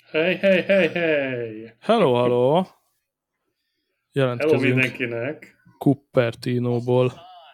Hey, hey, hey, hey! Hello, hello! Hello Jelentkezünk mindenkinek! Cupertinóból.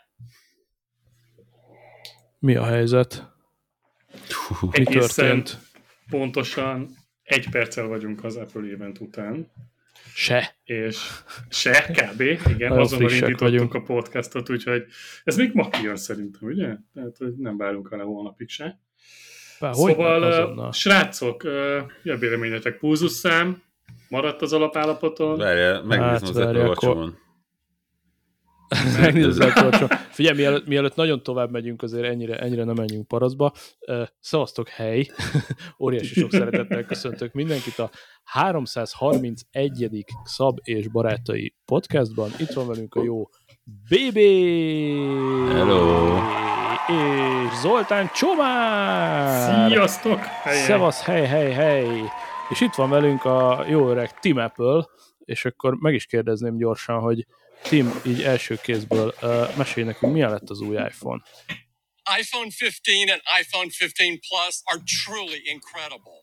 Mi a helyzet? Mi Egészen történt? pontosan 1 perccel vagyunk az Apple event után. Se. És se, kb. Igen, Nagyon azonnal frissek indítottuk vagyunk. a podcastot, úgyhogy ez még ma kijön szerintem, ugye? Tehát, hogy nem várunk el holnapig se. Szóval, srácok, mi a véleményetek? Pulzusszám? Maradt az alapállapoton? Várjál, megnézem az Apple Watch-on. Megnézem az Apple Watch-on. Figyelj, mielőtt nagyon tovább megyünk, azért ennyire nem menjünk paraszba. Szevasztok, hely! Óriási sok szeretettel köszöntök mindenkit a 331. Szab és Barátai podcastban. Itt van velünk a jó BB! Hello! És Zoltán Csomár! Sziasztok! Szevasz, hely! És itt van velünk a jó öreg Tim Apple, és akkor meg is kérdezném gyorsan, hogy Tim, így első kézből mesélj nekünk, milyen lett az új iPhone? iPhone 15 and iPhone 15 Plus are truly incredible.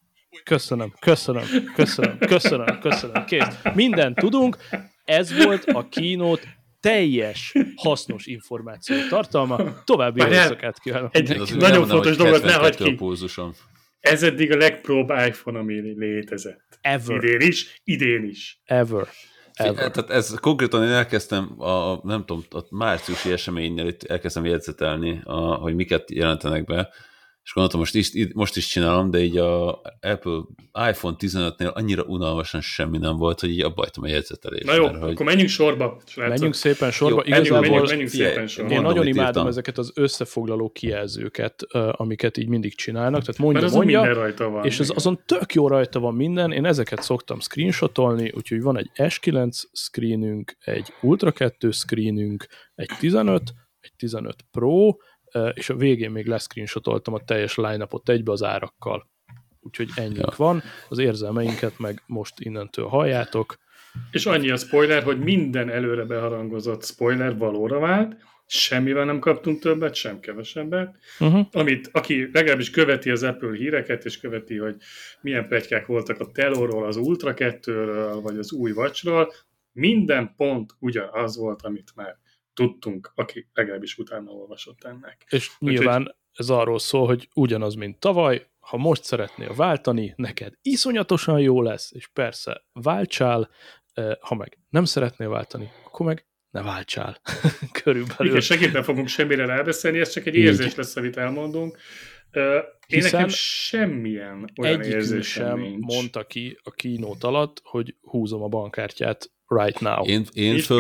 Köszönöm. Kész. Mindent tudunk. Ez volt a keynote teljes, hasznos információ tartalma. További éjszakát kívánok. Egy nagyon fontos dolgot ne hagyd ki. Ez eddig a legpróbb iPhone, ami létezett. Ever. Idén is. Ever. Tehát ez konkrétan én elkezdtem nem tudom, a márciusi eseménynél itt elkezdtem jegyzetelni, hogy miket jelentenek be, és gondoltam, most is csinálom, de így a Apple iPhone 15-nél annyira unalmasan semmi nem volt, hogy így abba hagytam a jegyzetelést. Na jó, akkor menjünk sorba. Srácok. Menjünk szépen sorba. Jó, igazából menjünk szépen sorba. Én nagyon imádom ezeket az összefoglaló kijelzőket, amiket így mindig csinálnak, tehát mondja, rajta van, és azon tök jó rajta van minden, én ezeket szoktam screenshotolni, úgyhogy van egy S9 screenünk, egy Ultra 2 screenünk, egy 15, egy 15 Pro, és a végén még leszcreenshotoltam a teljes line-upot egybe az árakkal. Úgyhogy ennyink van, az érzelmeinket meg most innentől halljátok. És annyi a spoiler, hogy minden előre beharangozott spoiler valóra vált, semmivel nem kaptunk többet, sem kevesebbet. Aki legalábbis követi az Apple híreket, és követi, hogy milyen pletykák voltak a Telóról, az Ultra 2-ről, vagy az új Watchról, minden pont ugyanaz volt, amit már tudtunk, aki legalábbis utána olvasott ennek. És nyilván ez arról szól, hogy ugyanaz, mint tavaly, ha most szeretnél váltani, neked iszonyatosan jó lesz, és persze váltsál, ha meg nem szeretnél váltani, akkor meg ne váltsál. Körülbelül. Igen, segít nem fogunk semmire rábeszélni, ez csak egy érzés lesz, amit elmondunk. Én nekem semmilyen olyan érzésem nincs. Mondta ki a keynote alatt, hogy húzom a bankkártyát right now. Én föl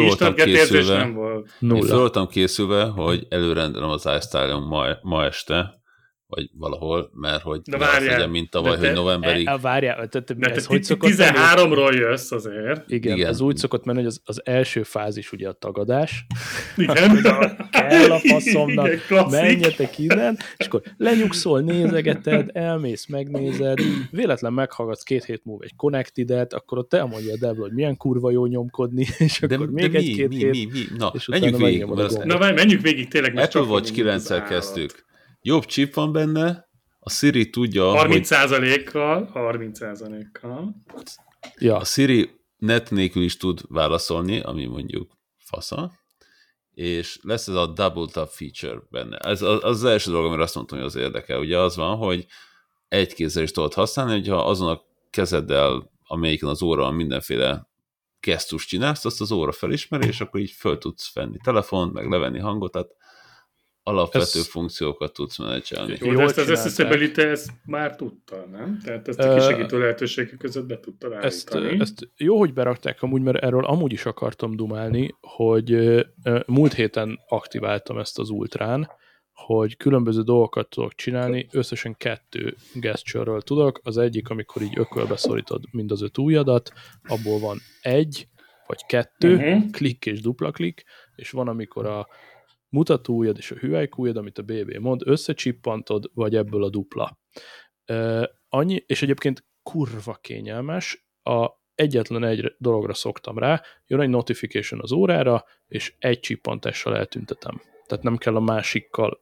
voltam készülve, hogy előrendelem az iStyle-on ma este, vagy valahol, mert hogy legyen, mint tavaly, hogy novemberig. Várjál, ez hogy szokott 13-ról jössz azért. Igen, ez úgy szokott menni, hogy az első fázis ugye a tagadás. Igen. Kell a faszomnak, menjetek innen, és akkor lenyugszol, nézegeted, elmész, megnézed, véletlen meghallgatsz 2 hét múlva egy Connected-et, akkor ott elmondja a Devla, hogy milyen kurva jó nyomkodni, és akkor még egy-két hét. Na, menjük végig. Menjük végig tényleg. Apple Watch 9-el kezdtük. Jobb chip van benne, a Siri tudja, 30%-kal. Ja. A Siri net nélkül is tud válaszolni, ami mondjuk fasza, és lesz ez a double tap feature benne. Ez az első dolog, amire azt mondtam, hogy az érdekel. Ugye az van, hogy egy kézzel is tudod használni, hogyha azon a kezeddel, amelyiken az óra mindenféle gesztust csinálsz, azt az óra felismeri, és akkor így föl tudsz venni telefont, meg levenni hangot, tehát alapvető funkciókat tudsz menedzselni. Jó, de ezt az accessibility ezt már tudta, nem? Tehát ezt a kisegítő lehetőségek között be tudta állítani. Ezt jó, hogy berakták amúgy, mert erről amúgy is akartam dumálni, hogy múlt héten aktiváltam ezt az Ultrán, hogy különböző dolgokat tudok csinálni, összesen 2 gesture-ről tudok. Az egyik, amikor így ökölbe szorítod mind az 5 ujjadat, abból van 1 vagy 2, klikk és dupla klikk, és van, amikor a mutatóujjad és a hüvelykujjad, amit a BB mond, összecsippantod, vagy ebből a dupla. Annyi, és egyébként kurva kényelmes, egyetlen egy dologra szoktam rá, jön egy notification az órára, és egy csippantással eltüntetem. Tehát nem kell a másikkal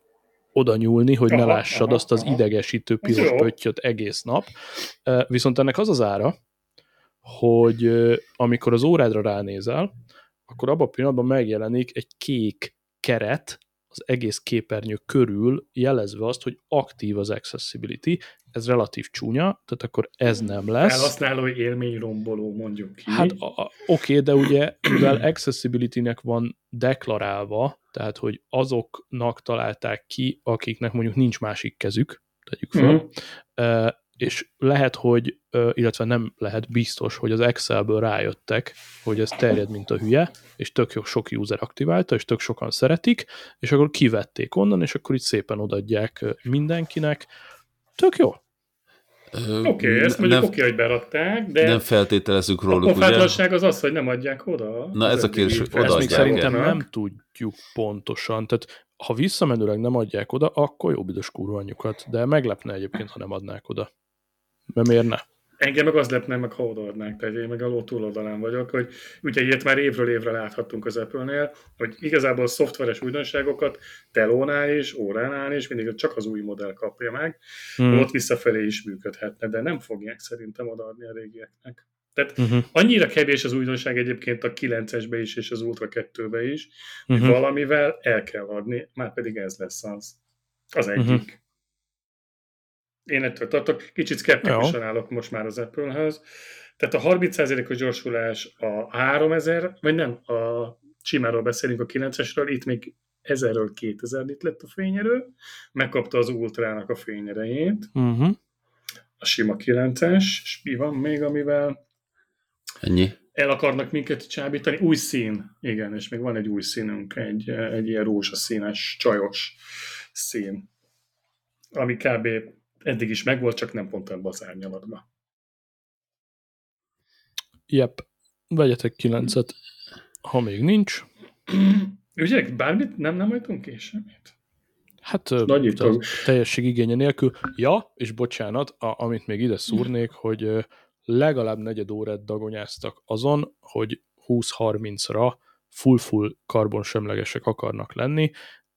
oda nyúlni, hogy ne Aha, lássad azt az idegesítő Ez piros jó. pöttyöt egész nap. Viszont ennek az az ára, hogy amikor az órádra ránézel, akkor abban a pillanatban megjelenik egy kék keret az egész képernyő körül, jelezve azt, hogy aktív az accessibility. Ez relatív csúnya, tehát akkor ez nem lesz. Felhasználói élményromboló, mondjuk ki. Hát oké, de ugye, mivel accessibility-nek van deklarálva, tehát, hogy azoknak találták ki, akiknek mondjuk nincs másik kezük, tegyük fel, és lehet, hogy, illetve nem lehet, biztos, hogy az Excelből rájöttek, hogy ez terjed, mint a hülye, és tök sok user aktiválta, és tök sokan szeretik, és akkor kivették onnan, és akkor itt szépen odaadják mindenkinek. Tök jó. Oké, ezt mondjuk oké, hogy berakták, de nem feltételezzük a róluk, ugye? pofátlanság az az, hogy nem adják oda. Na, ez a kérdés, hogy Ezt még odaadják. szerintem nem tudjuk pontosan. Tehát ha visszamenőleg nem adják oda, akkor jobb idős kurva anyjukat. De meglepne egyébként, ha nem adnák oda. Mert miért ne? Engem meg az lepne meg, ha odaadnák, tehát én meg a ló túloldalán vagyok, hogy ugye ilyet már évről évre láthattunk az Apple-nél, hogy igazából a szoftveres újdonságokat telónál is, óránál is, mindig csak az új modell kapja meg, ott visszafelé is működhetne, de nem fogják szerintem odaadni a régieknek. Tehát annyira kevés az újdonság egyébként a 9-esbe is, és az Ultra 2-be is, hogy valamivel el kell adni, már pedig ez lesz az egyik. Én ettől tartok, kicsit szkeptikusan állok most már az Apple-höz. Tehát a 30%-os gyorsulás a 3000, vagy nem, a simáról beszélünk a 9-esről, itt még 1000-ről 2000 nit lett a fényerő, megkapta az Ultrának a fényerejét, a sima 9-es, és mi van még, amivel ennyi. El akarnak minket csábítani? Új szín, igen, és még van egy új színünk, egy ilyen rózsaszínes, csajos szín, ami kb. Eddig is megvolt, csak nem pont ebbe az árnyalatba. Jep, vegyetek 9-et, ha még nincs. Ugye, bármit nem hagytunk ki semmit? Hát Nagyítok. teljesség igénye nélkül. Ja, és bocsánat, amit még ide szúrnék, hogy legalább 4 órát dagonyáztak azon, hogy 20-30-ra full karbonsemlegesek akarnak lenni.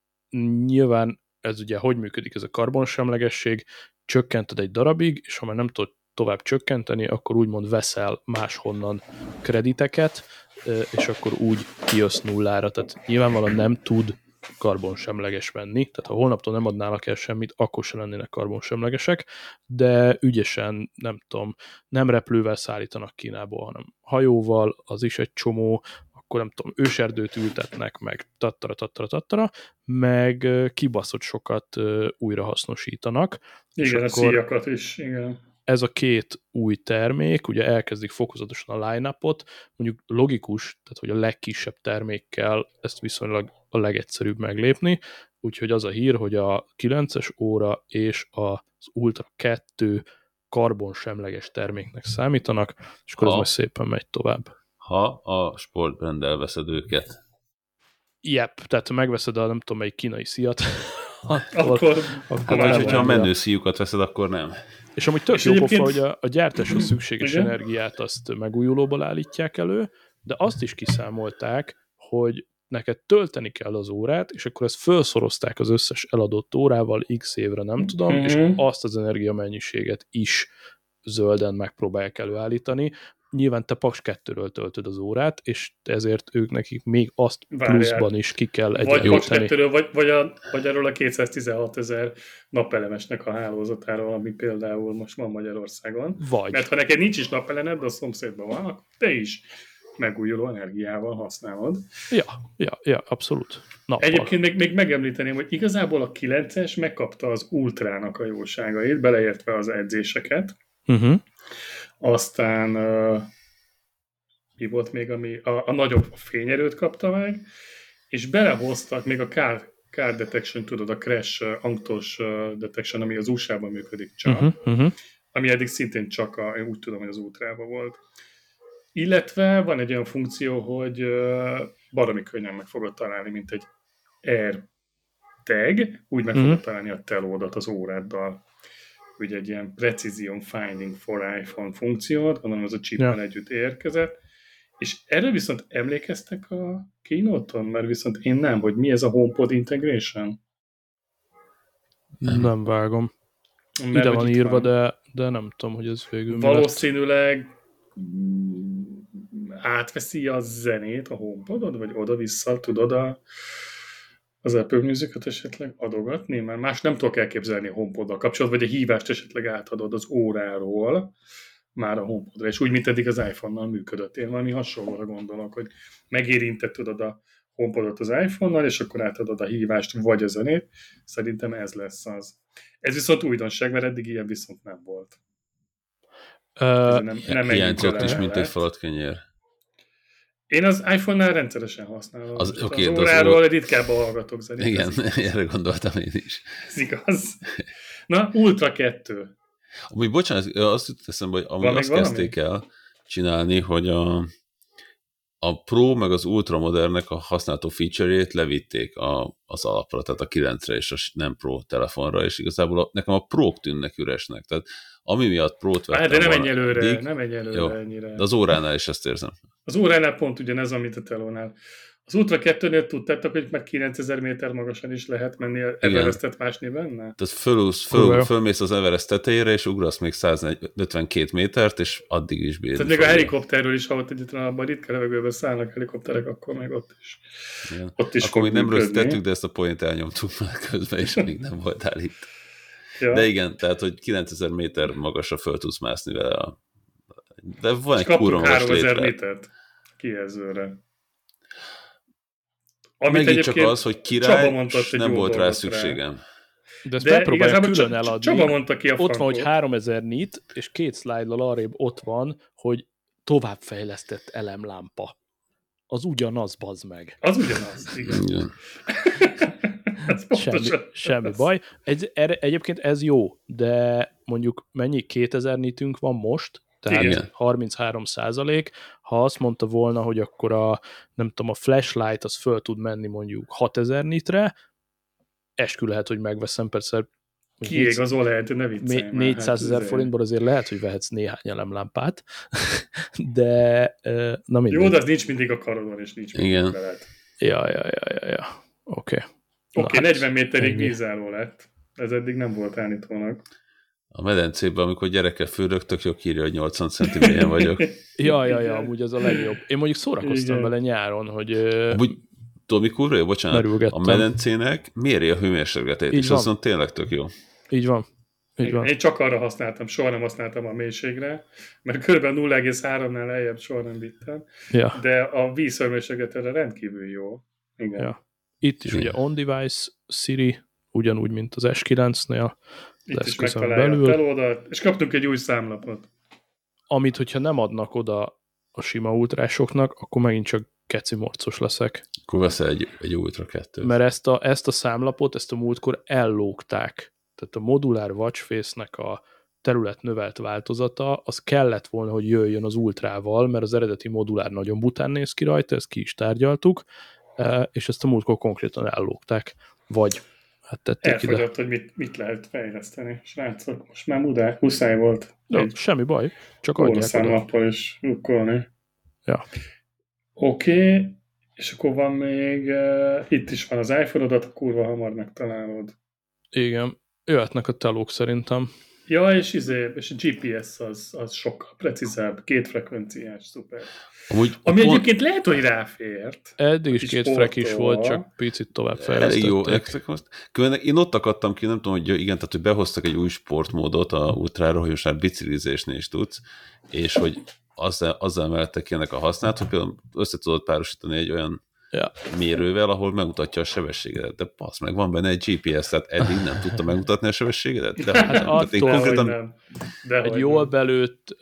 Nyilván ez ugye hogy működik ez a karbonsemlegesség, csökkented egy darabig, és ha már nem tudod tovább csökkenteni, akkor úgymond veszel máshonnan krediteket, és akkor úgy kijössz nullára. Tehát nyilvánvalóan nem tud karbonsemleges venni, tehát ha holnaptól nem adnának el semmit, akkor se lennének karbonsemlegesek, de ügyesen, nem tudom, nem repülővel szállítanak Kínából, hanem hajóval, az is egy csomó, akkor nem tudom, őserdőt ültetnek, meg tattara, meg kibaszott sokat újra hasznosítanak. Igen, a szíjakat is, igen. Ez a 2 új termék, ugye elkezdik fokozatosan a line-upot, mondjuk logikus, tehát hogy a legkisebb termékkel ezt viszonylag a legegyszerűbb meglépni, úgyhogy az a hír, hogy a 9-es óra és az Ultra 2 karbonsemleges terméknek számítanak, és akkor ez majd szépen megy tovább. Ha a sportbrenddel veszed őket. Jep, tehát megveszed a nem tudom melyik kínai szíjat, akkor hát, hogyha a menő szíjukat veszed, akkor nem. És amúgy tök jó pofa, hogy a gyártáshoz szükséges energiát azt megújulóból állítják elő, de azt is kiszámolták, hogy neked tölteni kell az órát, és akkor ezt felszorozták az összes eladott órával x évre, nem tudom, és azt az energiamennyiséget is zölden megpróbálják előállítani. Nyilván te Paks 2-ről töltöd az órát, és ezért ők nekik még azt pluszban is ki kell egyenlíteni. Vagy Paks 2-ről, vagy arról a 216 000 napelemesnek a hálózatáról, ami például most van Magyarországon. Vagy. Mert ha neked nincs is napelemed, de a szomszédban van, akkor te is megújuló energiával használod. Ja, abszolút. Nappal. Egyébként még megemlíteném, hogy igazából a 9-es megkapta az Ultrának a jóságait, beleértve az edzéseket. Aztán mi volt még, ami a nagyobb fényerőt kapta meg, és belehoztak még a car detection, tudod, a crash anktos detection, ami az USA-ban működik csak, ami eddig szintén csak én úgy tudom, hogy az Ultrában volt. Illetve van egy olyan funkció, hogy baromi könnyen meg fogod találni, mint egy AirTag, úgy meg fogod találni a telódat az óráddal. Ugye egy ilyen Precision Finding for iPhone funkciót, gondolom az a chippen együtt érkezett, és erre viszont emlékeztek a keynote-on, mert viszont én nem, hogy mi ez a HomePod integration? Nem vágom. Ide van írva, de nem tudom, hogy ez végül valószínűleg átveszi a zenét a HomePodod, vagy oda-vissza tudod az Apple Music-ot esetleg adogatni? Mert más nem tudok elképzelni a HomePoddal kapcsolatban, vagy a hívást esetleg átadod az óráról már a HomePodra, és úgy, mint eddig az iPhone-nal működött. Én valami hasonlóra gondolok, hogy megérinted tudod a HomePodot az iPhone-nal, és akkor átadod a hívást, vagy a zenét. Szerintem ez lesz az. Ez viszont újdonság, mert eddig ilyen viszont nem volt. Nem hiányzott is, mint egy falat kenyér. Én az iPhone-nál rendszeresen használom. Az óráról ritkábban hallgatok zenét. Igen, erre gondoltam én is. Ez igaz. Na, Ultra 2. Amúgy, bocsánat, azt jutott eszembe, hogy amúgy azt kezdték el csinálni, hogy a Pro meg az Ultra Modernnek a használható feature-ét levitték az alapra, tehát a 9-re és a nem Pro telefonra, és igazából nekem a Pro-k tűnnek üresnek. Tehát ami miatt Pro-t vettem. De nem menj előre ennyire. De az óránál is ezt érzem. Az óránál pont ugyanez, amit a telónál. Az Ultra 2-nél tudtátok, hogy meg 9000 méter magasan is lehet menni Everestet másni benne? Tehát fölmész az Everest tetejére, és ugrasz még 152 métert, és addig is bírni. Tehát még a helikopterről is, ha ott egyetlen abban ritka levegőben szállnak helikopterek, akkor még ott is. Igen. Ott is akkor még nem rögzítettük, de ezt a point elnyomtuk már közben, és még nem voltál itt. Ja. De igen, tehát, hogy 9000 méter magasra föl tudsz mászni vele. De van egy kurva magas 3000 métert kijelzőre. Megint csak az, hogy király, és nem volt rá szükségem. De ezt megpróbálja külön eladni. Csaba mondta ki a ott van, hogy 3000 nit, és 2 slide-lal arrébb ott van, hogy továbbfejlesztett elemlámpa. Az ugyanaz, bazd meg. Az ugyanaz, igen. Semmi baj. Egyébként ez jó, de mondjuk mennyi 2000 nitünk van most, tehát igen. 33%. Ha azt mondta volna, hogy akkor a flashlight az föl tud menni mondjuk 6000 nitre, eskü lehet, hogy megveszem, persze kiégazol lehet, ne viccelj 400 000 forintból azért lehet, hogy vehetsz néhány elemlámpát, de na mindegy. Jó, de az nincs mindig a karodon, és nincs mindig veled. Ja. Oké. Oké, 40 méterig vízálló lett. Ez eddig nem volt állítólag. A medencében, amikor gyerekkel főrök, tök jó írja, hogy 80 cm vagyok. Ja, amúgy az a legjobb. Én mondjuk szórakoztam vele nyáron, hogy... Amúgy, tudod, mi kurva jó, bocsánat, a medencének méri a hőmérsékletét, és azon tényleg tök jó. Így van. Én csak arra használtam, soha nem használtam a mélységre, mert kb. 0,3-nál lejjebb soha nem vittem, de a vízhőmérsékletre rendkívül jó. Igen. Ja. Itt is ugye on-device Siri, ugyanúgy, mint az S9-nél. Itt is megtalálja a telódat, és kaptunk egy új számlapot. Amit, hogyha nem adnak oda a sima ultrásoknak, akkor megint csak kecimorcos leszek. Akkor veszel egy Ultra 2-t. Mert ezt a számlapot, ezt a múltkor ellógták. Tehát a modulár watchface-nek a terület növelt változata, az kellett volna, hogy jöjjön az ultrával, mert az eredeti modulár nagyon bután néz ki rajta, ezt ki is tárgyaltuk, és ezt a múltkor konkrétan ellógták. Vagy hát tették elfogyott, ide. Hogy mit lehet fejleszteni. Srácok, most már muszáj volt. Semmi baj, csak adják oda. Számlappal is rukkolni. Ja. Oké, és akkor van még, itt is van az iPhone-odat, kurva hamar megtalálod. Igen, jöhetnek a telók szerintem. Ja, és a GPS az sokkal precízebb, 2 frekvenciás, szuper. Ami egyébként lehet, hogy ráfért. Eddig is 2 frek is volt, csak picit tovább fejlesztették. Jó, én ott akadtam ki, nem tudom, hogy igen, tehát hogy behoztak egy új sportmódot a Ultrára, hogy most már biciklizésnél is tudsz, és hogy azzal emeltek ki ennek a használat, hogy például össze tudod párosítani egy olyan mérővel, ahol megmutatja a sebességedet. De passz meg, van benne egy GPS, tehát eddig nem tudta megmutatni a sebességedet? De hát attól, nem. Egy jól belőtt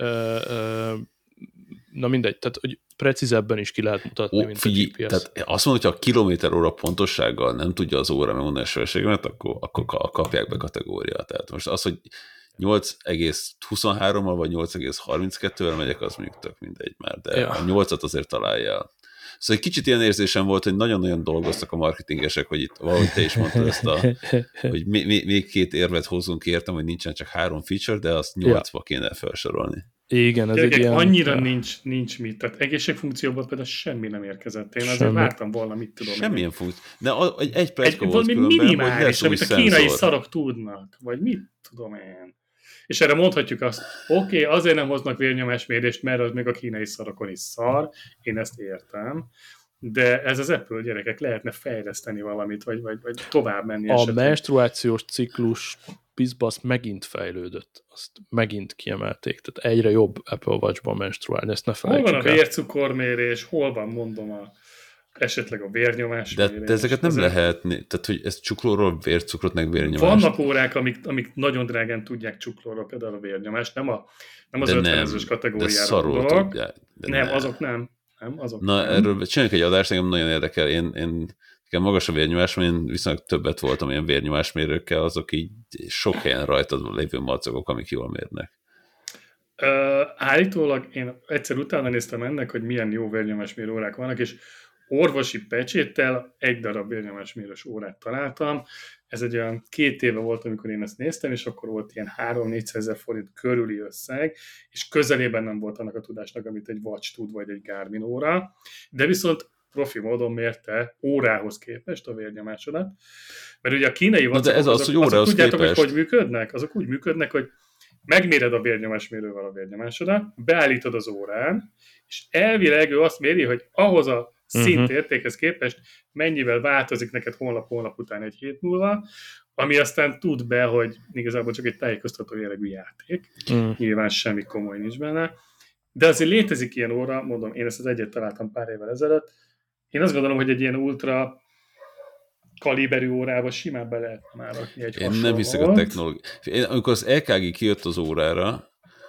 na mindegy, tehát hogy precízebben is ki lehet mutatni, mint a GPS. Tehát azt mondom, hogy ha a kilométer-óra pontossággal nem tudja az óra megmondani a sebességemet, akkor kapják be kategóriát. Tehát most az, hogy 8,23-mal vagy 8,32-vel megyek, az mondjuk tök mindegy már, de a 8-at azért találja el. Szóval egy kicsit ilyen érzésem volt, hogy nagyon-nagyon dolgoztak a marketingesek, hogy itt valahogy te is mondtad ezt hogy még 2 érvet hozzunk ki, értem, hogy nincsen csak 3 feature, de azt 8-ba kéne felsorolni. Igen, ez Gyerekek, egy ilyen... annyira nincs mit. Tehát egészségfunkcióban például semmi nem érkezett. Én azért vártam volna, mit tudom. Semmilyen funkció. De egy plecska volt valami különben, hogy minimális, lesz új amit a kínai szenzor. szarok tudnak. Vagy mit tudom én. És erre mondhatjuk azt, oké, azért nem hoznak vérnyomásmérést, mert az még a kínai szarokon is szar. Én ezt értem. De ez az Apple, gyerekek, lehetne fejleszteni valamit, vagy tovább menni. A esetleg. menstruációs ciklus bizbasz megint fejlődött. Azt megint kiemelték. Tehát egyre jobb Apple Watch-ban menstruálni, ezt ne Hol felejtsük van a el. vércukormérés, hol van, mondom, esetleg a vérnyomásmérés. De ezeket nem lehet, tehát hogy ez csuklóról vércukrot, meg vérnyomást. Vannak órák, amik nagyon drágán tudják csuklóról, például a vérnyomást, nem az 50 ezres kategóriára. De szarul tudják. Nem, azok nem. Na, erről csináljuk egy adást, engem nagyon érdekel. Én nekem magas a vérnyomásom, én viszonylag többet voltam ilyen vérnyomásmérőkkel, azok így sok helyen rajtad lévő macagok, amik jól mérnek. Állítólag én egyszer utána néztem ennek, hogy milyen jó vérnyomásmérő órák vannak, és orvosi pecséttel egy darab vérnyomásmérős órát találtam. Ez egy olyan 2 éve volt, amikor én ezt néztem, és akkor volt ilyen 3-400 ezer forint körüli összeg, és közelében nem volt annak a tudásnak, amit egy Watch tud, vagy egy Garmin óra, de viszont profi módon mérte órához képest a vérnyomásodat, mert ugye a kínai Watchok, azok tudjátok, hogy működnek? Azok úgy működnek, hogy megméred a vérnyomásmérővel a vérnyomásodat, beállítod az órán, és elvileg ő azt méri, hogy ahhoz a szintértékhez képest mennyivel változik neked hónap után egy hét múlva, ami aztán tud be, hogy igazából csak egy tájékoztató jellegű játék. Nyilván semmi komoly nincs benne. De azért létezik ilyen óra, mondom, én ezt az egyet találtam pár évvel ezelőtt. Én azt gondolom, hogy egy ilyen ultra kaliberű órába simán be lehet már rakni egy hasonlót. Én nem hiszek a technológia. Amikor az EKG kijött az órára,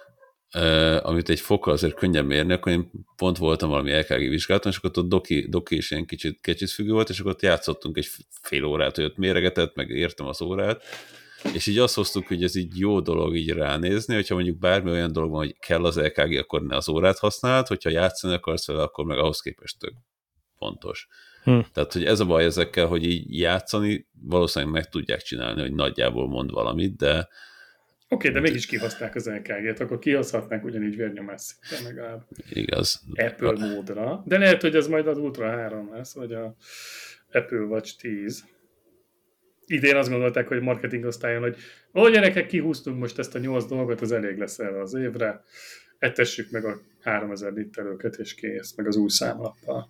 amit egy fokkal azért könnyebb mérni, akkor én pont voltam valami EKG vizsgálaton, és akkor ott Doki is ilyen kicsit függő volt, és akkor ott játszottunk egy fél órát, hogy ott méregetett, meg értem az órát, és így azt hoztuk, hogy ez így jó dolog így ránézni, hogyha mondjuk bármi olyan dolog van, hogy kell az EKG, akkor ne az órát használd, hogyha játszani akarsz vele, akkor meg ahhoz képest tök fontos. Tehát, hogy ez a baj ezekkel, hogy így játszani, valószínűleg meg tudják csinálni, hogy nagyjából mond valamit, de Oké, de mégis kihozták az EKG-t, akkor kihozhatnánk ugyanígy vérnyomás szinten legalább. Igaz. Apple módra. De lehet, hogy ez majd az Ultra 3 lesz, vagy a Apple Watch 10. Idén azt gondolták, hogy marketing osztályon, hogy gyerekek, kihúztunk most ezt a 8 dolgot, az elég lesz erre az évre. Ettessük meg a 3000 literőket, és kész, meg az új számlappal.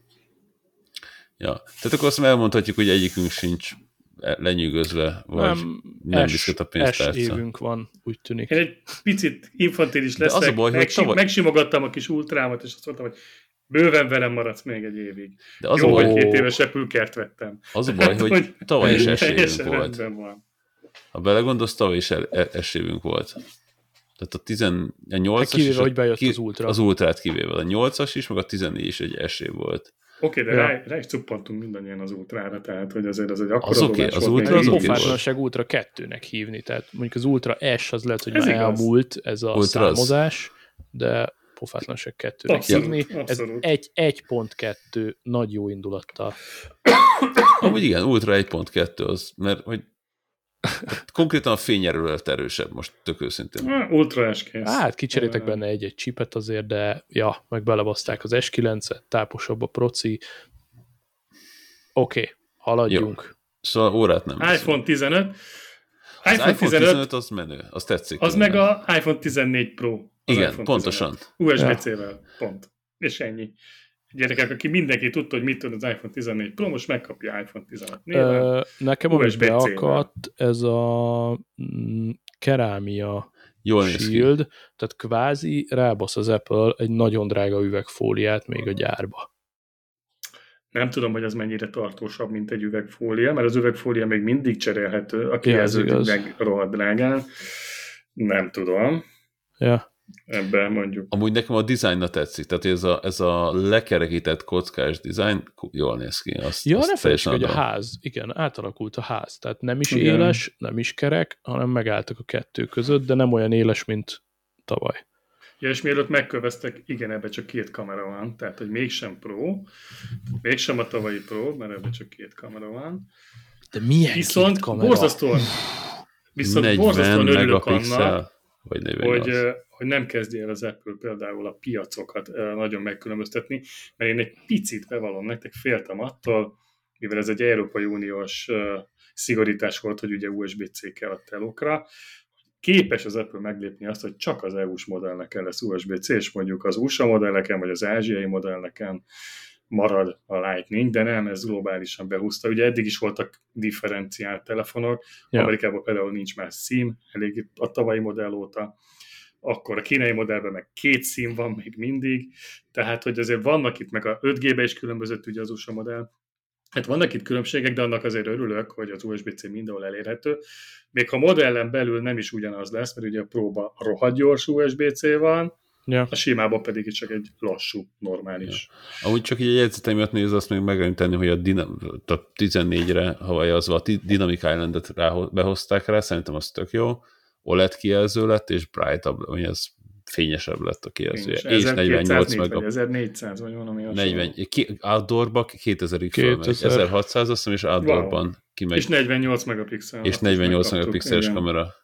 Ja, tehát akkor azt elmondhatjuk, hogy egyikünk sincs lenyűgözve, vagy nem viszket a pénztárca. évünk van, úgy tűnik. Én egy picit infantilis leszek, az a baj, hogy megsimogattam a kis ultrámat, és azt mondtam, hogy bőven velem maradsz még egy évig. De az jó, a baj, hogy 2 éves Apple-kert vettem. Az a baj, hogy tavaly is esélyünk volt. Van. Ha belegondolsz, tavaly is esélyünk volt. Tehát a 18-as kivéve, hogy bejött az Ultra. Az Ultrát kivéve. A 8-as is, meg a 14 is egy esély volt. Oké, de rá is cuppantunk mindannyian az Ultrára, tehát hogy azért az egy akkora az oké, az Ultra az oké pofátlanság Ultra 2-nek hívni, tehát mondjuk az Ultra S az lehet, hogy már elmúlt ez a Ultra számozás, de pofátlanság 2-nek hívni. Abszolút. Ez 1.2 nagy jó indulattal. Amúgy igen, Ultra 1.2 az, mert hogy konkrétan a fényerőlet erősebb, most tök őszintén. Ultra S kész. Hát kicserétek benne egy csipet azért, de ja, meg belebaszták az S9-et, táposabb a proci. Oké, haladjunk. Jó. Szóval órát nem iPhone 15. Az iPhone 15 az menő, az tetszik. Az meg a iPhone 14 Pro. Igen, pontosan. USB-C-vel, pont. És ennyi. Gyerekek, aki mindenki tudta, hogy mit tud az iPhone 14 Pro, most megkapja iPhone 15. Nekem amit beakadt, ez a kerámia shield, tehát kvázi rábasz az Apple egy nagyon drága üvegfóliát még a gyárba. Nem tudom, hogy az mennyire tartósabb, mint egy üvegfólia, mert az üvegfólia még mindig cserélhető, a kijelződik meg rohadt drágán. Nem tudom. Ja. Ebben mondjuk. Amúgy nekem a dizájnna tetszik, tehát ez a lekerekített kockás dizájn jól néz ki. Ne felejtsd, hogy a ház, igen, átalakult a ház, tehát nem is éles, nem is kerek, hanem megálltak a kettő között, de nem olyan éles, mint tavaly. Ja, és mielőtt megköveztek, igen, ebben csak 2 kamera van, tehát hogy mégsem Pro, mégsem a tavalyi Pro, mert ebben csak 2 kamera van. De milyen viszont 2 kamera? Borzasztóan örülök annak, Vagy 48. Hogy nem kezdje el az Apple például a piacokat nagyon megkülönböztetni, mert én egy picit bevallom nektek, féltem attól, mivel ez egy Európai Uniós szigorítás volt, hogy ugye USB-C kell a telókra, képes az Apple meglépni azt, hogy csak az EU-s modelleken lesz USB-C, és mondjuk az USA modelleken, vagy az ázsiai modelleken marad a Lightning, de nem, ez globálisan behúzta. Ugye eddig is voltak differenciált telefonok, Amerikában például nincs már SIM, elég a tavalyi modell óta, akkor a kínai modellben meg 2 SIM van még mindig, tehát hogy azért vannak itt, meg a 5G-be is különbözött ugye az USA modell, hát vannak itt különbségek, de annak azért örülök, hogy az USB-C mindenhol elérhető. Még ha modellen belül nem is ugyanaz lesz, mert ugye a Pro-ba rohadt gyors USB-C van, a simában pedig csak egy lassú, normális. Ja. Amúgy csak így a jegyzetem miatt nézve azt még megemlíteni, hogy a 14-re, havajazva a Dynamic Island-et behozták rá, szerintem az tök jó. OLED kijelző lett, és brightabb, hogy ez fényesebb lett a kijelzője. És 48 meg 1400 vagy valami hasonló. Outdoorba 2000-ig fölmegy. 1600 azt hiszem, és outdoorban kimegy. És 48 megapixel. És 48 megapixeles kamera.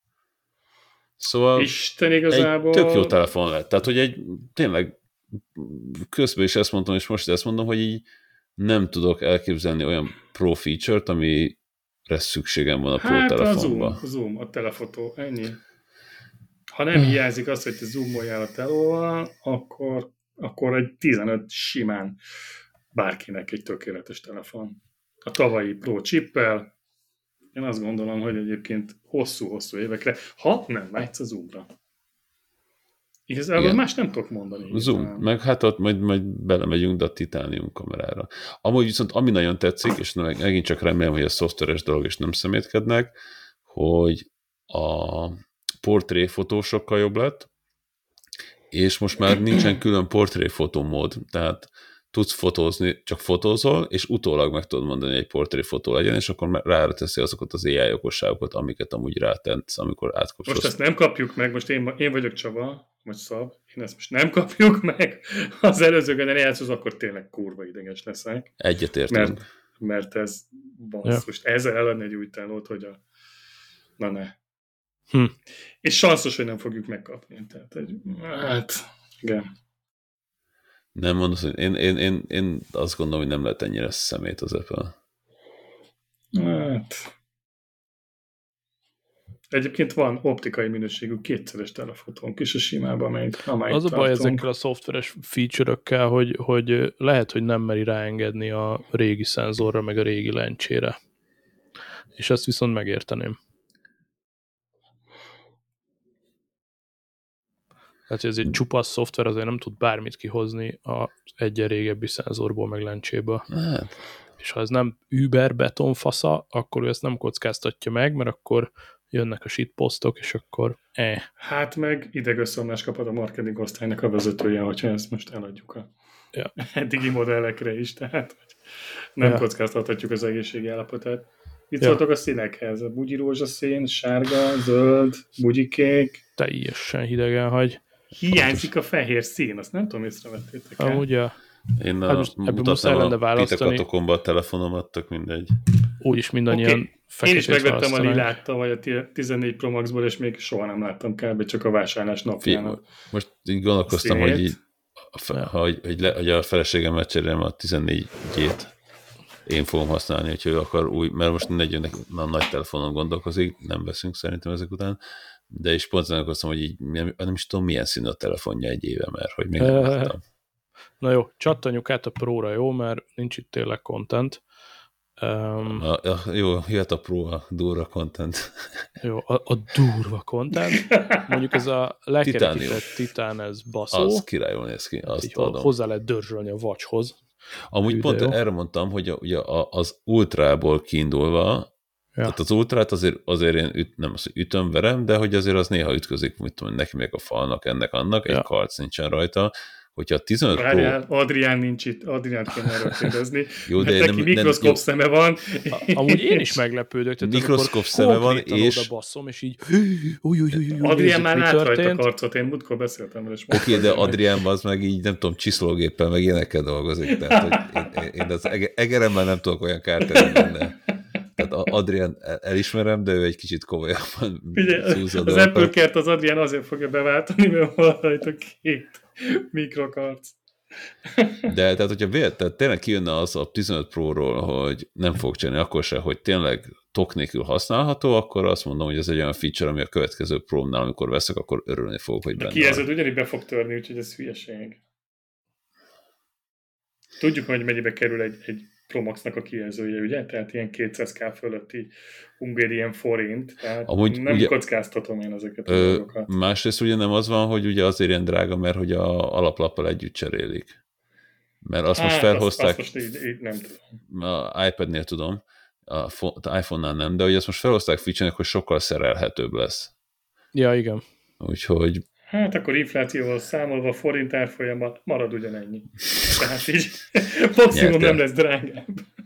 Szóval Isten igazából... egy tök jó telefon lett. Tehát, hogy tényleg közben is ezt mondtam, és most ezt mondom, hogy így nem tudok elképzelni olyan pro feature-t, amire szükségem van a pro telefonban. Hát a zoom, a telefotó, ennyi. Ha nem hiányzik az, hogy te zoomoljál a telóval, akkor egy 15 simán bárkinek egy tökéletes telefon. A tavalyi Pro chippel, én azt gondolom, hogy egyébként hosszú-hosszú évekre, ha nem vágysz a zoomra. Igazából más nem tudok mondani. Zoom, meg hát ott majd belemegyünk, de a titánium kamerára. Amúgy viszont ami nagyon tetszik, és megint csak remélem, hogy a szoftveres dolog is nem szemétkednek, hogy a portréfotó sokkal jobb lett, és most már nincsen külön portréfotó mód, tehát tudsz fotózni, csak fotózol, és utólag meg tudod mondani, hogy egy portréfotó legyen, és akkor rára teszi azokat az AI okosságokat, amiket amúgy rátensz, amikor átkapcsolsz. Most ezt nem kapjuk meg, most én vagyok Csaba, vagy Szab, én ezt most nem kapjuk meg, az előző generációhoz, akkor tényleg kurva ideges leszek. Egyetértünk. Mert ez basszus, ezzel ellen egy új telót, hogy na ne. És sanszos, hogy nem fogjuk megkapni. Tehát, hát, igen. Nem mondod, hogy én azt gondolom, hogy nem lehet ennyire szemét az Apple. Hát. Egyébként van optikai minőségű 2-szeres telefotónk is a simában, amelyik az a baj ezekkel a szoftveres feature-ökkel, hogy lehet, hogy nem meri ráengedni a régi szenzorra, meg a régi lencsére. És ezt viszont megérteném. Tehát, hogy ez egy csupasz szoftver, azért nem tud bármit kihozni az egyen régebbi szenzorból, meg lencséből. Hát. És ha ez nem Uber betonfasza, akkor ő ezt nem kockáztatja meg, mert akkor jönnek a shitpostok, és akkor Hát meg idegösszomlás kapad a marketing osztálynak a vezetője, hogyha ezt most eladjuk a eddigi modellekre is, tehát nem kockáztathatjuk az egészségi állapotát. Itt szóltok a színekhez, a bugyi rózsaszín, sárga, zöld, bugyikék. Teljesen hidegen hagy. Hiányzik a fehér szín, azt nem tudom, észrevettétek el. Amúgy én mutatnám a pitekatokomba a telefonomat, tök mindegy. Úgyis mindannyian feketét választanak. Én is megvettem a lilát vagy a 14 Pro Max-ból, és még soha nem láttam kb. Csak a vásárlás napján. Most így gondolkoztam, hogy hogy a feleségemet cserélem a 14G-t. Én fogom használni, hogy ő akar új, mert most a nagy telefonon gondolkozik, nem veszünk szerintem ezek után, de is pont gondolkoztam, hogy így nem is tudom, milyen színű a telefonja egy éve, mert hogy még nem láttam. Na jó, csattanjuk át a Pro-ra, jó, mert nincs itt tényleg content. Jó, jöhet a Pro, a durva content. Jó, a durva content. Mondjuk ez a lekerekített titán, ez baszó. Az királyul néz ki, azt adom. Hozzá lehet dörzsölni a Watchhoz. Amúgy pont erre mondtam, hogy ugye az ultrából kiindulva, tehát az ultrát azért én nem azt, hogy ütöm, verem, de hogy azért az néha ütközik, mit tudom, neki meg a falnak, ennek, annak, egy karc nincsen rajta. Hogyha a 15 Várjál, Adrián nincs itt, Adriánt kéne erről kérdezni. Jó, de neki mikroszkóp szeme van. Amúgy én is meglepődök. Mikroszkóp szeme van, és... oda basszom, és így... Adrián már lát rajta karcot, én múltkor beszéltem vele. Oké, de Adrián az meg így, nem tudom, csiszológéppel, meg ilyenekkel dolgozik. Tehát, hogy én az egeremmel nem tudok olyan kárt tenni benne. Tehát Adrián elismerem, de ő egy kicsit komolyabban Ugye, az Apple kert az Adrián azért fogja beváltani, mert van rajta 2 mikrokarc. De tehát, hogyha tehát tényleg kijönne az a 15 Pro-ról, hogy nem fog csinálni akkor se, hogy tényleg tok nélkül használható, akkor azt mondom, hogy ez egy olyan feature, ami a következő Pro-nál, amikor veszek, akkor örülni fogok, hogy benne van. A kijelzőt ugyanígy be fog törni, úgyhogy ez hülyeség. Tudjuk, hogy mennyibe kerül egy Pro Max-nak a kijelzője, ugye? Tehát ilyen 200k fölötti Hungarian forint, tehát amúgy, nem ugye, kockáztatom én ezeket a dolgokat. Másrészt ugye nem az van, hogy ugye azért ilyen drága, mert hogy a alaplappal együtt cserélik. Mert azt most felhozták, azt most így nem tudom. A iPad-nél tudom, az iPhone-nál nem, de hogy azt most felhozták feature-nek, hogy sokkal szerelhetőbb lesz. Ja, igen. Úgyhogy... Hát akkor inflációval számolva forint árfolyama marad ugyanennyi. Tehát így maximum nem lesz drágább.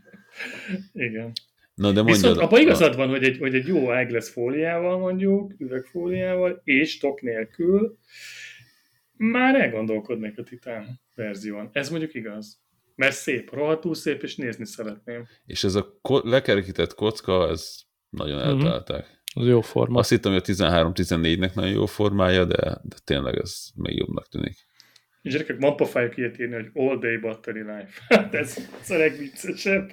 Igen. Na, de viszont abban igazad van, hogy egy jó eyeglass fóliával mondjuk, üvegfóliával és tok nélkül már elgondolkodnék a Titán verzión. Ez mondjuk igaz. Mert szép, rohadtul szép, és nézni szeretném. És ez a lekerekített kocka, ez nagyon eltalálták. Az jó forma. Azt hittem, hogy a 13-14-nek nagyon jó formája, de tényleg ez még jobbnak tűnik. És gyerekek, ma pofájuk ilyet írni, hogy all day battery life. Hát ez a legviccesebb.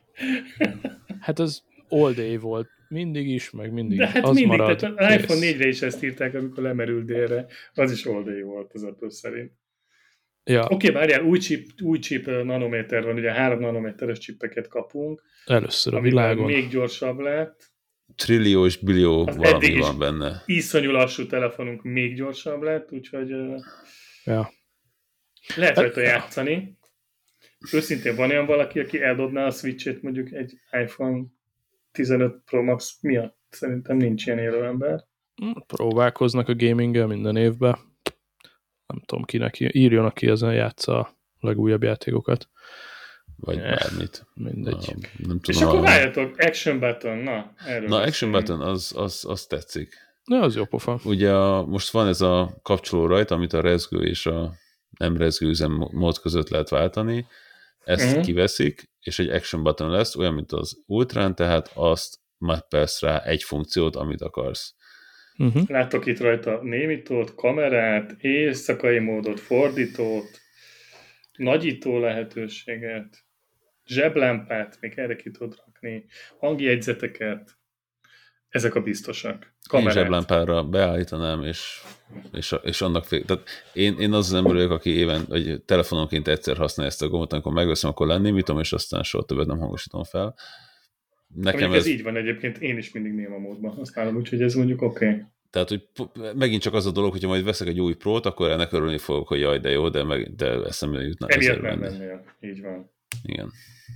Hát az all day volt. Mindig is, meg mindig. De hát az mindig, marad, tehát az iPhone 4-re is ezt írták, amikor lemerült délre. Az is all day volt az Apple szerint. Ja. Oké, várjál, új chip nanométer van, ugye 3 nanométeres chipeket kapunk. Először a világon. Még gyorsabb lett. Trillió és billió valami van benne. Iszonyú lassú telefonunk még gyorsabb lett, úgyhogy ja. lehet rajta játszani. Őszintén van olyan valaki, aki eldobná a Switch-ét mondjuk egy iPhone 15 Pro Max miatt? Szerintem nincs ilyen élő ember. Próbálkoznak a gaminggel minden évben. Nem tudom kinek, írjon, aki ezen játsza a legújabb játékokat. Vagy bármit. Mindegy. Nem tudom, és akkor várjatok, Action Button, na. Action Button, az tetszik. Na, az jó pofa. Ugye most van ez a kapcsoló rajta, amit a rezgő és a nem rezgő üzemmód között lehet váltani. Ezt kiveszik, és egy Action Button lesz, olyan, mint az Ultrán, tehát azt mappelsz rá egy funkciót, amit akarsz. Láttok itt rajta némítót, kamerát, éjszakai módot, fordítót, nagyító lehetőséget, zseblámpát, még erre ki tudod rakni, hangjegyzeteket, ezek a biztosak. Kamerát. Én zseblámpára beállítanám, és annak tehát én az ember vagyok, aki éven, vagy telefononként egyszer használja ezt a gombot, amikor megveszem, akkor lennémítom, és aztán soha többet nem hangosítom fel. Nekem ez így van egyébként, én is mindig néma módban használom, úgyhogy ez mondjuk oké. Tehát, hogy megint csak az a dolog, hogyha majd veszek egy új Pro-t, akkor ennek örülni fogok, hogy jaj, de jó, de eszembe jutna. Emiatt nem mennél, így van. Igen.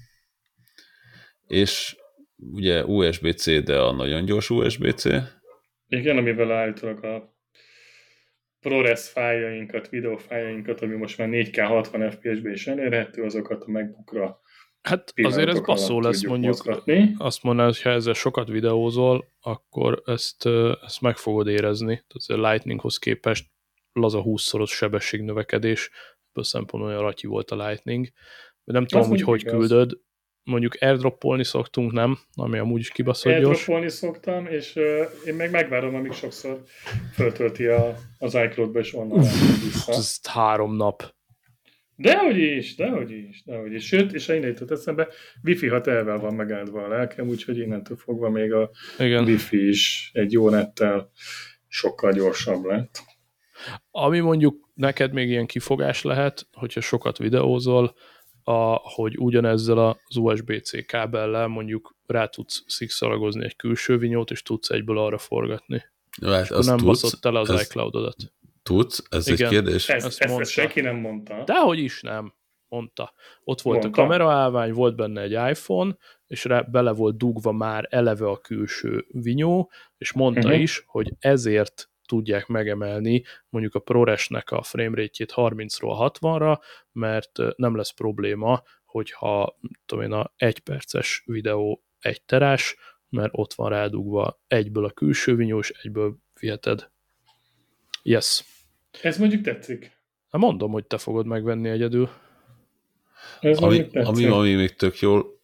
És ugye USB-C, de a nagyon gyors USB-C. Igen, amivel állítólag a ProRes fájljainkat, videófájljainkat, ami most már 4K 60 FPS-be is elérhető, azokat a MacBookra hát azért ez basszó lesz, mondjuk azt mondaná, hogy ha ezzel sokat videózol, akkor ezt meg fogod érezni. Tehát a Lightninghoz képest laza 20-szoros sebességnövekedés, ebből szempontból olyan ratyi volt a Lightning. De nem tudom, hogy küldöd. Mondjuk airdroppolni szoktunk, nem? Ami amúgy is kibaszott gyors. Airdroppolni szoktam, és én meg megvárom, amíg sokszor föltölti az iCloud-ba, és onnan vissza. Ez 3 nap. Dehogy is. Sőt, és innen jutott eszembe, Wi-Fi 6 elvel van megáldva a lelkem, úgyhogy innentől fogva még a Wi-Fi is egy jó nettel sokkal gyorsabb lett. Ami mondjuk neked még ilyen kifogás lehet, hogyha sokat videózol, hogy ugyanezzel az USB-C kábellel mondjuk rá tudsz szikszalagozni egy külső vinyót, és tudsz egyből arra forgatni. Hát és nem baszott tele az iCloud-odat. Tudsz? Ez igen, egy kérdés? Ezt senki nem mondta. Dehogy is nem mondta. Ott volt a kameraállvány, volt benne egy iPhone, és bele volt dugva már eleve a külső vinyó, és mondta is, hogy ezért tudják megemelni mondjuk a ProRes-nek a framerate-jét 30-ról 60-ra, mert nem lesz probléma, hogyha tudom én, a 1 perces videó 1 terás, mert ott van rádugva egyből a külső vinyó, és egyből viheted. Yes. Ez mondjuk tetszik. Hát mondom, hogy te fogod megvenni egyedül. Ami még tök jól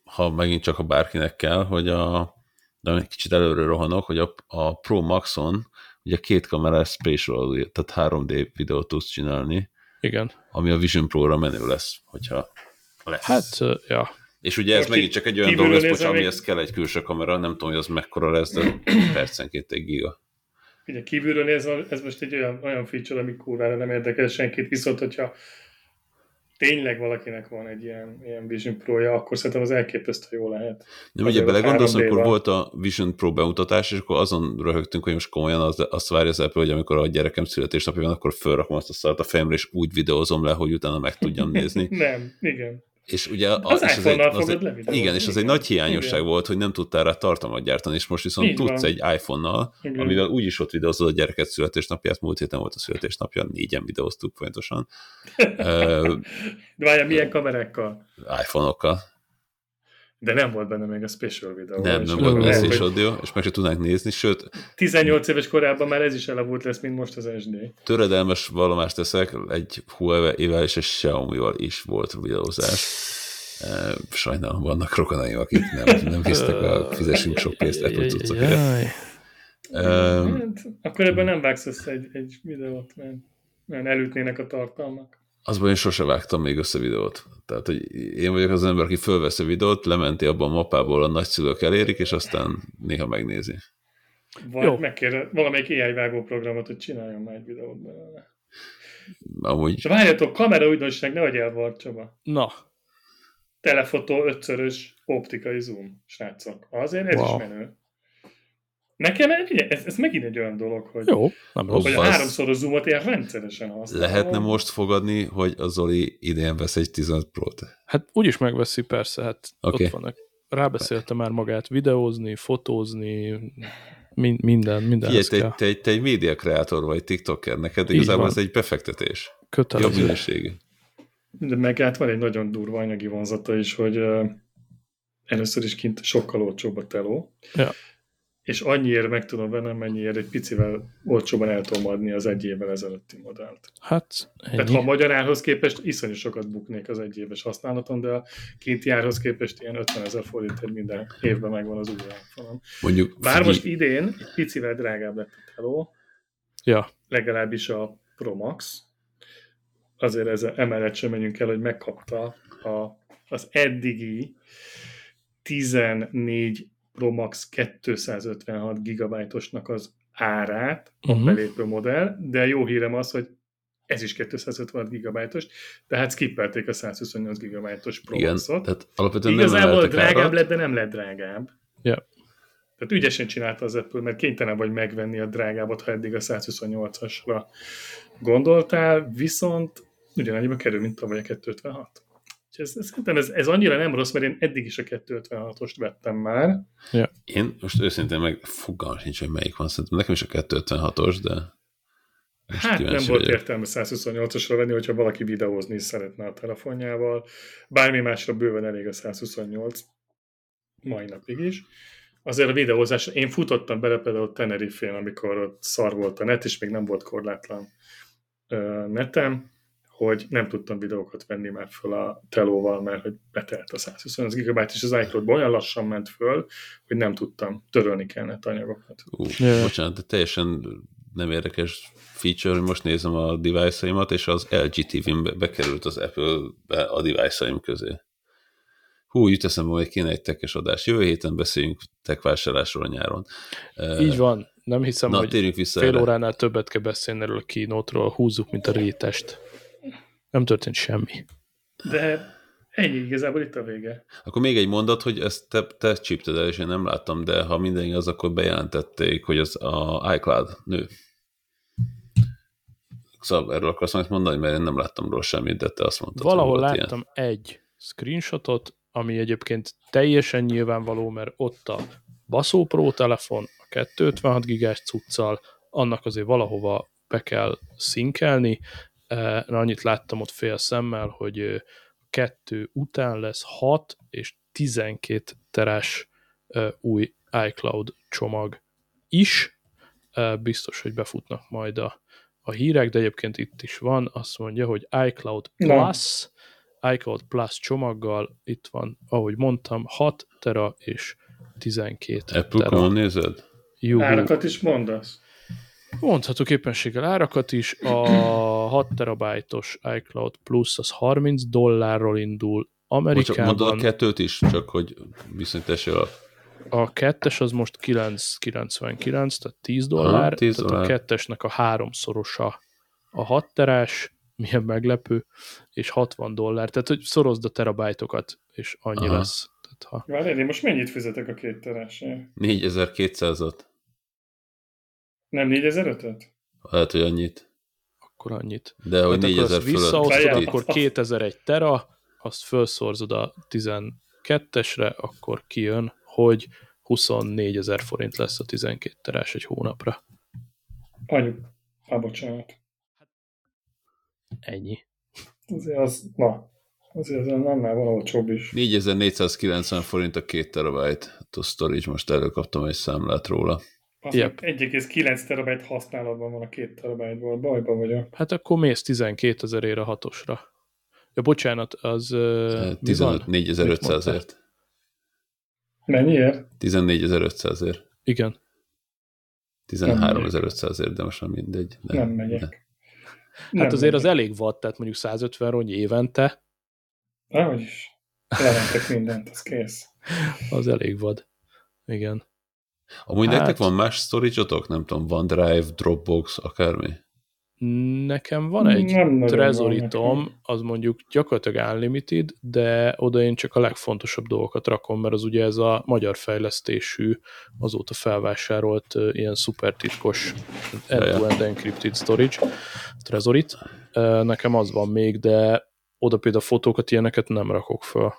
ha megint csak a bárkinek kell, hogy de egy kicsit előre rohanok, hogy a Pro Maxon ugye 2 kamerás spatial, tehát 3D videót tudsz csinálni. Igen. Ami a Vision Pro-ra menő lesz, hogyha lesz. Hát, ja. És ugye ez megint csak egy olyan dolog lesz, amihez kell egy külső kamera, nem tudom, hogy az mekkora lesz, de percenként 1 giga. Ugye kívülről nézve, ez most egy olyan feature, ami kurvára nem érdekel senkit, viszont hogyha tényleg valakinek van egy ilyen Vision Pro-ja, akkor szerintem az elképesztő jó lehet. Nem, ugye belegondolsz, amikor volt a Vision Pro bemutatás, és akkor azon röhögtünk, hogy most komolyan azt várja az Apple, hogy amikor a gyerekem születésnapja van, akkor felrakom azt a szart a fejemre, és úgy videózom le, hogy utána meg tudjam nézni. Nem, igen. És ugye az iPhone-nal fogod levideózni. Igen, és az egy nagy hiányosság volt, hogy nem tudtál rá tartalmat gyártani, és most viszont tudsz egy iPhone-nal, amivel úgyis ott videózod a gyereket születésnapját, múlt héten volt a születésnapja, 4-en videóztuk pontosan. De várjál, milyen kamerákkal? iPhone-okkal. De nem volt benne még a special videó. Nem volt benne special audio, és meg se tudnánk nézni, sőt... 18 éves korában már ez is elavult lesz, mint most az SD. Töredelmes vallomást teszek, egy Huawei-vel és egy Xiaomi-val is volt videózás. Sajnálom, vannak rokonaim, akik nem hisztek a fizessünk sok pénzt Apple cuccokért. Akkor ebből nem vágsz össze egy videót, mert elütnének a tartalmak. Azban én sose vágtam még össze videót. Tehát, hogy én vagyok az ember, aki fölvesz a videót, lementi abban a mappából a nagyszülők elérik, és aztán néha megnézi. Vagy megkérdez valamelyik AI vágó programot, hogy csináljon már egy videót belőle. Amúgy... És várjatok, kamera újdonság, nehogy elvart, Csaba. Na. Telefotó 5-szörös optikai zoom, srácok. Azért ez is menő. Nekem ez megint egy olyan dolog, hogy, jó, nem hogy a 3-szoros zoomot ilyen rendszeresen használom. Lehetne most fogadni, hogy a Zoli idén vesz egy 15 Pro-t? Hát úgyis megveszi, persze, hát ott vannak. Rábeszélte már magát videózni, fotózni, minden. Figyelj, te egy média kreátor vagy, TikToker, neked igazából ez egy befektetés. Kötelező. Jobb minőségű. De meg hát van egy nagyon durva anyagi vonzata is, hogy először is kint sokkal olcsóbb a teló, és annyiért meg tudom vennem, mennyiért egy picivel olcsóban el tudom adni az 1 évvel ezelőtti modellt. Hát ennyi. Tehát ha a magyar árhoz képest iszonyú sokat buknék az 1 éves használaton, de a kinti árhoz képest ilyen 50 000 forintért minden évben megvan az új iPhone-om. Mondjuk, bár most idén egy picivel drágább lett a teló, legalábbis a Pro Max, azért emellett sem menjünk el, hogy megkapta az eddigi 14 Pro Max 256 GB-osnak az árát, a belépő modell, de jó hírem az, hogy ez is 256 GB-os, tehát skippelték a 128 GB-os Pro Maxot. Tehát alapvetően igazából drágább lett, de nem lett drágább. Yeah. Tehát ügyesen csinálta az Apple, mert kénytelen vagy megvenni a drágábbat, ha eddig a 128-asra gondoltál, viszont ugyanannyiba kerül, mint tavaly a 256. Szerintem ez annyira nem rossz, mert én eddig is a 256-ost vettem már. Yeah. Én most őszintén meg fogalmam sincs, hogy melyik van. Szerintem nekem is a 256-os, de... Hát nem volt értelme 128-osra venni, hogyha valaki videózni is szeretne a telefonjával. Bármi másra bőven elég a 128, mai napig is. Azért a videózás, én futottam bele például Tenerife-n, amikor ott szar volt a net, és még nem volt korlátlan netem, hogy nem tudtam videókat venni már föl a telóval, mert hogy betelt a 128 GB, és az iCloud-ban olyan lassan ment föl, hogy nem tudtam, törölni kellett anyagokat. Bocsánat, de teljesen nem érdekes feature, hogy most nézem a device-aimat, és az LG TV-n bekerült az Apple-be a device-aim közé. Jut eszembe, hogy kéne egy tekes adás. Jövő héten beszéljünk tech-vásárlásról a nyáron. Így van. Nem hiszem, hogy fél erre. Óránál többet kell beszélni erről a keynote-ról. Húzzuk, mint a rétest. Nem történt semmi. De ennyi igazából itt a vége. Akkor még egy mondat, hogy ezt te csípted el, és én nem láttam, de ha minden igaz, akkor bejelentették, hogy az a iCloud nő. Szóval erről akarsz majd mondani, mert én nem láttam róla semmit, de te azt mondtad. Valahol láttam egy screenshotot, ami egyébként teljesen nyilvánvaló, mert ott a Basso Pro telefon, a 256 gigás cuccal, annak azért valahova be kell szinkelni. Annyit láttam ott fél szemmel, hogy 2 után lesz 6 és 12 terás új iCloud csomag is. Biztos, hogy befutnak majd a hírek, de egyébként itt is van, azt mondja, hogy iCloud Plus iCloud Plus csomaggal, itt van, ahogy mondtam, 6 tera és 12 Apple-kon nézed? Árakat is mondasz? Mondhatok éppenséggel árakat is. A 6 terabájtos iCloud Plus az $30 indul Amerikában. Mondod a kettőt is, csak hogy viszonyítási alap. A kettes az most 9,99, tehát $10, Aha, $10. Tehát a kettesnek a 3-szorosa a 6 terás, milyen meglepő, és $60, tehát hogy szorozd a terabájtokat, és annyi lesz. Tehát, Várj, én most mennyit fizetek a 2 terásért? 4200-at. Nem 4500-öt? Lehet, hogy annyit. akkor annyit. De hogy 4000 fölött. Visszaosztod, akkor 2001 tera, azt felszorzod a 12-esre, akkor kijön, hogy 24 000 forint lesz a 12 terás egy hónapra. Anyu. Bocsánat. Ennyi. Azért az annál van olcsóbb is. 4490 forint a 2 terabyte a storage, most előkaptam egy számlát róla. Yep. 1,9 terabájt használatban van a 2 terabájtból, bajba vagyok. Hát akkor mész 12 000-ére a 6-osra. Ja, bocsánat, az 14.500-ért. Mennyiért? 14.500-ért. Igen. 13.500-ért, de most már mindegy. Nem megyek. Hát Nem azért megyek. az elég watt, tehát mondjuk 150 ronny évente. Ahogy is. Leventek mindent, az kész. Az elég vad. Igen. Amúgy nektek van más storage-otok? Nem tudom, OneDrive, Dropbox, akármi? Nekem van egy Nem nagyon Trezoritom, van az mondjuk gyakorlatilag unlimited, de oda én csak a legfontosabb dolgokat rakom, mert az ugye ez a magyar fejlesztésű, azóta felvásárolt ilyen szuper titkos end-to-end encrypted storage, Trezorit. Nekem az van még, de oda például fotókat, ilyeneket nem rakok föl.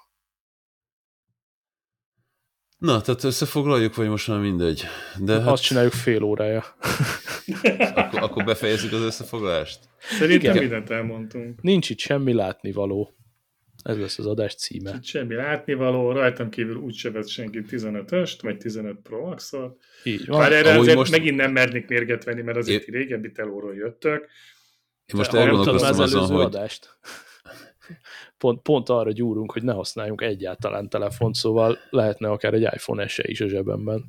Na, tehát összefoglaljuk, vagy most már mindegy. De hát Azt csináljuk fél órája. akkor befejezzük az összefoglalást? Szerintem Igen. mindent elmondtunk. Nincs itt semmi látnivaló. Ez lesz az adás címe. Itt semmi látnivaló, rajtam kívül úgyse vesz senki 15-öst, vagy 15 Pro Max-ot. Így van. Bár erre Amúgy azért most- megint nem mernék mérget venni, mert azért ti régebbi telóról jöttök. Én most Nem tudod már elgondolkoztam az azon, előző hogy adást. Pont arra gyúrunk, hogy ne használjunk egyáltalán telefont, szóval lehetne akár egy iPhone SE is a zsebemben.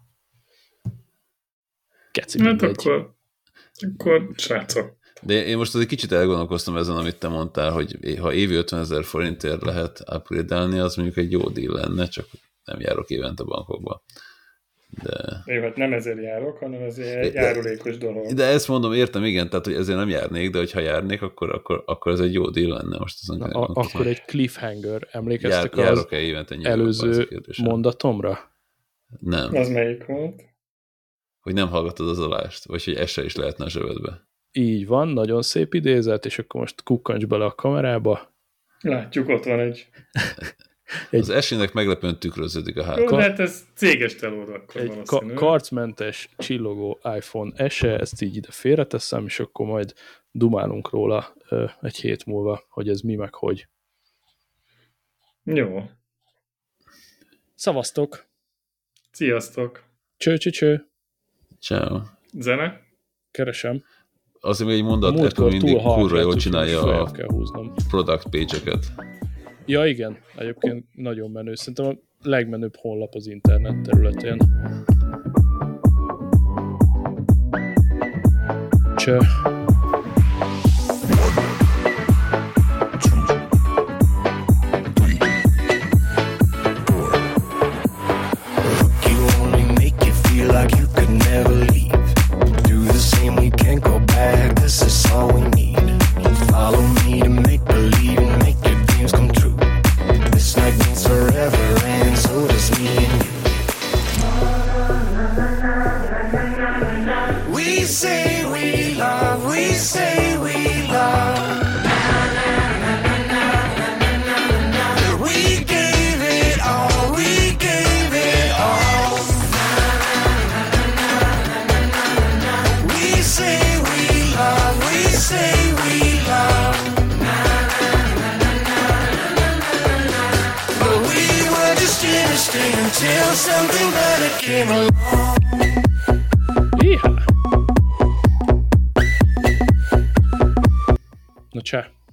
Keci Hát mindegy. akkor srácok. de én most azért kicsit elgondolkoztam ezen, amit te mondtál, hogy ha évi 50 000 forintért lehet upgrade-elni, az mondjuk egy jó deal lenne, csak nem járok évente bankokba. Jó, hát nem ezért járok, hanem ezért egy járulékos dolog. De ezt mondom, értem, igen, tehát hogy ezért nem járnék, de hogyha járnék, akkor ez egy jó deal lenne. Most azon Akkor egy cliffhanger. Emlékeztek az járok-e évente nyilván, az a előző kérdésem. mondatomra? Nem. Az melyik volt? Hogy nem hallgatod az adást, vagy hogy ez se is lehetne a zsebedbe. Így van, nagyon szép idézet, és akkor most kukkancs bele a kamerába. Látjuk, ott van egy... Az esélynek meglepően tükröződik a Jó, háta. de hát ez céges telód akkor Egy valószínű. karcmentes, csillogó iPhone SE, ezt így ide félreteszem, és akkor majd dumálunk róla egy hét múlva, hogy ez mi meg hogy. Jó. Szavaztok! Sziasztok. Cső. Ciao. Zene? Keresem. Azért még egy mondat, Múltkor Apple mindig túl halk kurva lett, jól úgyhogy csinálja följebb a kell húznom. product page-eket. Ja, igen. Egyébként nagyon menő. Szerintem a legmenőbb honlap az internet területén. Cső. You only make you feel like you could never leave. Do the same, we can't go back. This is all we need. Follow me to make believe and make your dreams come true. This night means forever, and so does me and you. We say we love, we say we love. We gave it all, we gave it all. We say we love, we say we love. But we were just innocent until something better came along. Iha. Na csá.